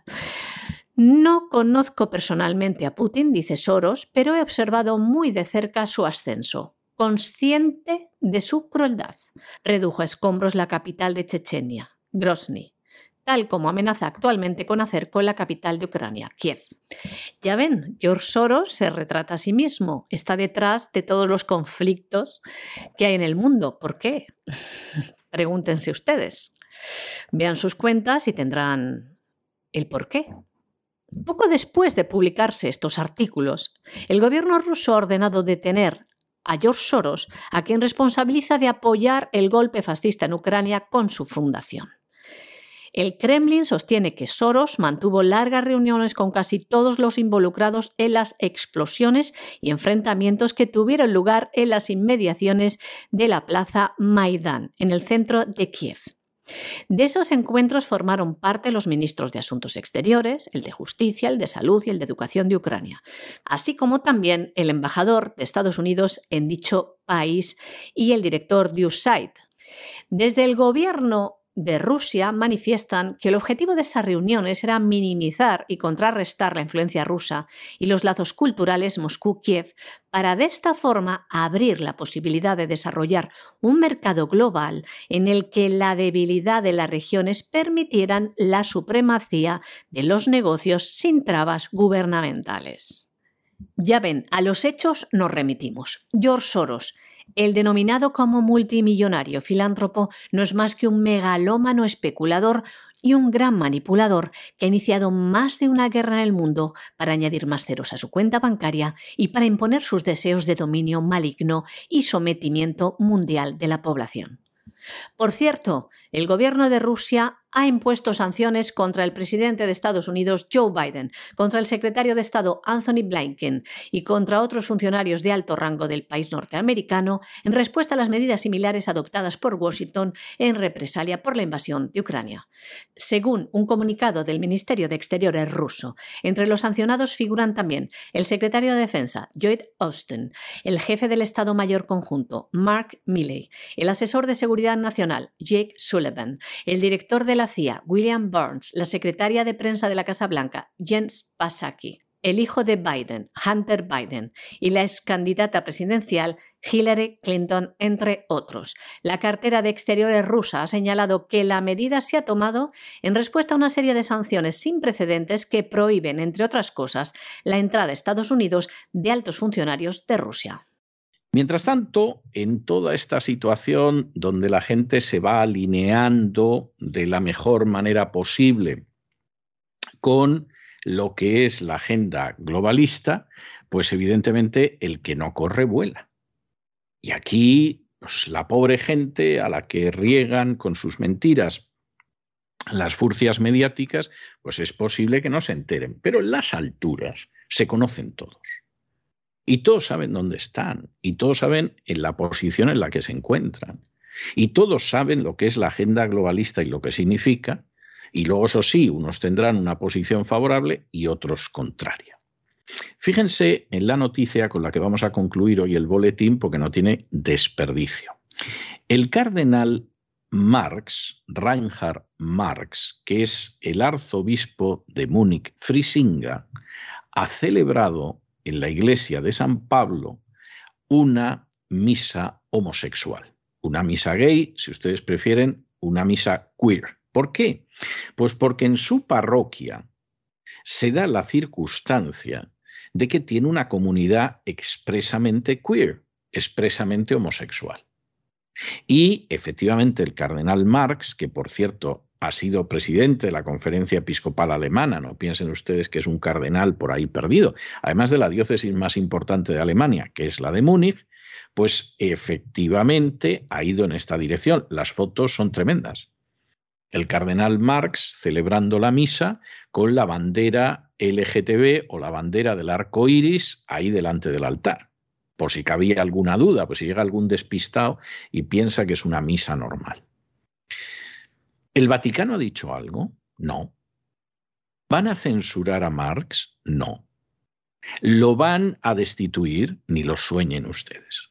No conozco personalmente a Putin, dice Soros, pero he observado muy de cerca su ascenso. Consciente de su crueldad, redujo a escombros la capital de Chechenia, Grozny, tal como amenaza actualmente con hacer con la capital de Ucrania, Kiev. Ya ven, George Soros se retrata a sí mismo, está detrás de todos los conflictos que hay en el mundo. ¿Por qué? Pregúntense ustedes. Vean sus cuentas y tendrán el porqué. Poco después de publicarse estos artículos, el gobierno ruso ha ordenado detener a George Soros, a quien responsabiliza de apoyar el golpe fascista en Ucrania con su fundación. El Kremlin sostiene que Soros mantuvo largas reuniones con casi todos los involucrados en las explosiones y enfrentamientos que tuvieron lugar en las inmediaciones de la plaza Maidán, en el centro de Kiev. De esos encuentros formaron parte los ministros de Asuntos Exteriores, el de Justicia, el de Salud y el de Educación de Ucrania, así como también el embajador de Estados Unidos en dicho país y el director de U S A I D. Desde el gobierno de Rusia manifiestan que el objetivo de esas reuniones era minimizar y contrarrestar la influencia rusa y los lazos culturales Moscú-Kiev para de esta forma abrir la posibilidad de desarrollar un mercado global en el que la debilidad de las regiones permitieran la supremacía de los negocios sin trabas gubernamentales. Ya ven, a los hechos nos remitimos. George Soros, el denominado como multimillonario filántropo, no es más que un megalómano especulador y un gran manipulador que ha iniciado más de una guerra en el mundo para añadir más ceros a su cuenta bancaria y para imponer sus deseos de dominio maligno y sometimiento mundial de la población. Por cierto, el gobierno de Rusia ha impuesto sanciones contra el presidente de Estados Unidos, Joe Biden, contra el secretario de Estado, Anthony Blinken, y contra otros funcionarios de alto rango del país norteamericano en respuesta a las medidas similares adoptadas por Washington en represalia por la invasión de Ucrania. Según un comunicado del Ministerio de Exteriores ruso, entre los sancionados figuran también el secretario de Defensa, Lloyd Austin, el jefe del Estado Mayor Conjunto, Mark Milley, el asesor de Seguridad Nacional, Jake Sullivan, el director de la C I A, William Burns, la secretaria de prensa de la Casa Blanca, Jen Psaki, el hijo de Biden, Hunter Biden, y la excandidata presidencial, Hillary Clinton, entre otros. La cartera de Exteriores rusa ha señalado que la medida se ha tomado en respuesta a una serie de sanciones sin precedentes que prohíben, entre otras cosas, la entrada a Estados Unidos de altos funcionarios de Rusia. Mientras tanto, en toda esta situación donde la gente se va alineando de la mejor manera posible con lo que es la agenda globalista, pues evidentemente el que no corre vuela. Y aquí, pues, la pobre gente a la que riegan con sus mentiras las furcias mediáticas, pues es posible que no se enteren. Pero en las alturas se conocen todos. Y todos saben dónde están, y todos saben en la posición en la que se encuentran. Y todos saben lo que es la agenda globalista y lo que significa, y luego, eso sí, unos tendrán una posición favorable y otros contraria. Fíjense en la noticia con la que vamos a concluir hoy el boletín, porque no tiene desperdicio. El cardenal Marx, Reinhard Marx, que es el arzobispo de Múnich, Frisinga, ha celebrado en la iglesia de San Pablo una misa homosexual, una misa gay, si ustedes prefieren, una misa queer. ¿Por qué? Pues porque en su parroquia se da la circunstancia de que tiene una comunidad expresamente queer, expresamente homosexual. Y efectivamente el cardenal Marx, que por cierto ha sido presidente de la Conferencia Episcopal Alemana, no piensen ustedes que es un cardenal por ahí perdido, además de la diócesis más importante de Alemania, que es la de Múnich, pues efectivamente ha ido en esta dirección. Las fotos son tremendas. El cardenal Marx celebrando la misa con la bandera L G T B o la bandera del arco iris ahí delante del altar. Por si cabía alguna duda, pues si llega algún despistado y piensa que es una misa normal. ¿El Vaticano ha dicho algo? No. ¿Van a censurar a Marx? No. ¿Lo van a destituir? Ni lo sueñen ustedes.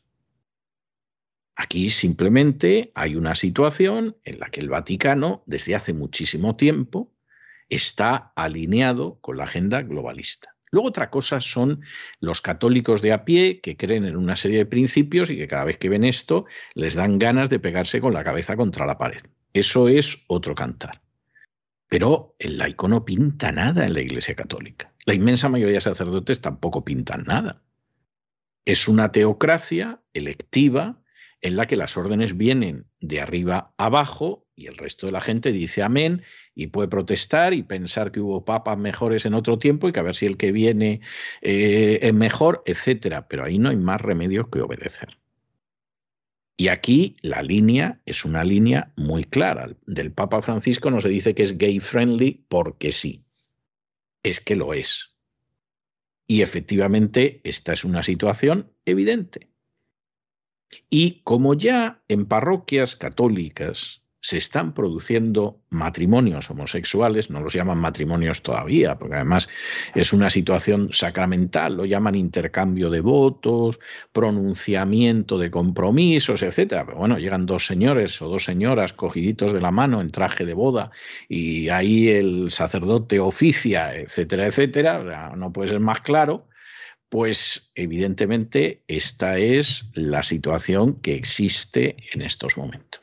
Aquí simplemente hay una situación en la que el Vaticano, desde hace muchísimo tiempo, está alineado con la agenda globalista. Luego otra cosa son los católicos de a pie que creen en una serie de principios y que cada vez que ven esto les dan ganas de pegarse con la cabeza contra la pared. Eso es otro cantar. Pero el laico no pinta nada en la Iglesia Católica. La inmensa mayoría de sacerdotes tampoco pintan nada. Es una teocracia electiva en la que las órdenes vienen de arriba abajo y el resto de la gente dice amén y puede protestar y pensar que hubo papas mejores en otro tiempo y que a ver si el que viene eh, es mejor, etcétera. Pero ahí no hay más remedio que obedecer. Y aquí la línea es una línea muy clara. Del Papa Francisco no se dice que es gay friendly porque sí. Es que lo es. Y efectivamente esta es una situación evidente. Y como ya en parroquias católicas se están produciendo matrimonios homosexuales, no los llaman matrimonios todavía, porque además es una situación sacramental, lo llaman intercambio de votos, pronunciamiento de compromisos, etcétera. Pero bueno, llegan dos señores o dos señoras cogiditos de la mano en traje de boda y ahí el sacerdote oficia, etcétera, etcétera. O sea, no puede ser más claro. Pues evidentemente esta es la situación que existe en estos momentos.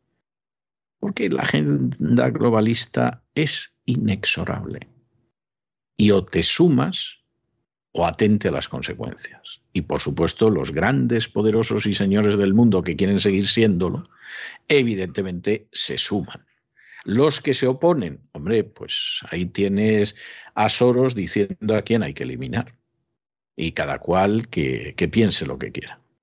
Porque la agenda globalista es inexorable. Y o te sumas o atente a las consecuencias. Y por supuesto los grandes, poderosos y señores del mundo que quieren seguir siéndolo, evidentemente se suman. Los que se oponen, hombre, pues ahí tienes a Soros diciendo a quién hay que eliminar. Y cada cual que, que piense lo que quiera.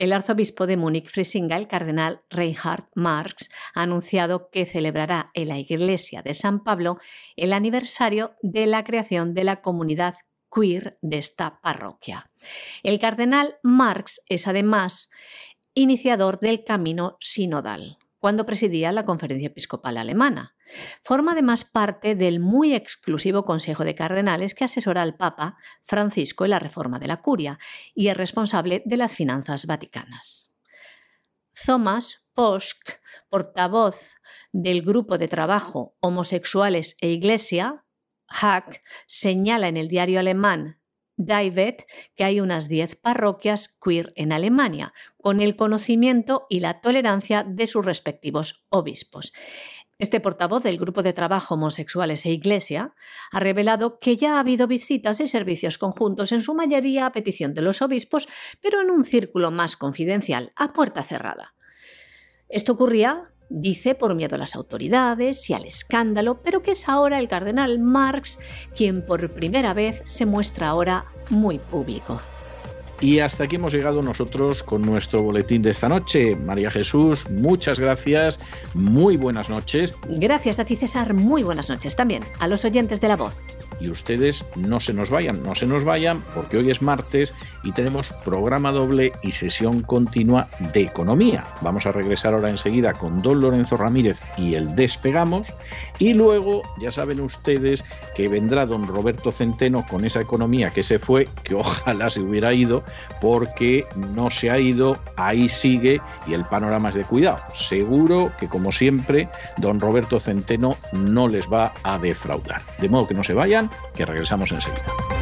el arzobispo de Múnich Frisinga, el cardenal Reinhard Marx, ha anunciado que celebrará en la iglesia de San Pablo el aniversario de la creación de la comunidad queer de esta parroquia. El cardenal Marx es además iniciador del camino sinodal, cuando presidía la Conferencia Episcopal Alemana. Forma además parte del muy exclusivo Consejo de Cardenales que asesora al Papa Francisco en la reforma de la curia y es responsable de las finanzas vaticanas. Thomas Posch, portavoz del Grupo de Trabajo Homosexuales e Iglesia, H A C, señala en el diario alemán Die Welt que hay unas diez parroquias queer en Alemania, con el conocimiento y la tolerancia de sus respectivos obispos. Este portavoz del Grupo de Trabajo Homosexuales e Iglesia ha revelado que ya ha habido visitas y servicios conjuntos, en su mayoría a petición de los obispos, pero en un círculo más confidencial, a puerta cerrada. Esto ocurría, dice, por miedo a las autoridades y al escándalo, pero que es ahora el cardenal Marx quien por primera vez se muestra ahora muy público. Y hasta aquí hemos llegado nosotros con nuestro boletín de esta noche. María Jesús, muchas gracias, muy buenas noches. Gracias a ti, César, muy buenas noches también a los oyentes de La Voz. Y ustedes no se nos vayan, no se nos vayan, porque hoy es martes y tenemos programa doble y sesión continua de economía. Vamos a regresar ahora enseguida con don Lorenzo Ramírez y el Despegamos. Y luego, ya saben ustedes que vendrá don Roberto Centeno con esa economía que se fue, que ojalá se hubiera ido, porque no se ha ido, ahí sigue y el panorama es de cuidado. Seguro que, como siempre, don Roberto Centeno no les va a defraudar. De modo que no se vayan, que regresamos enseguida.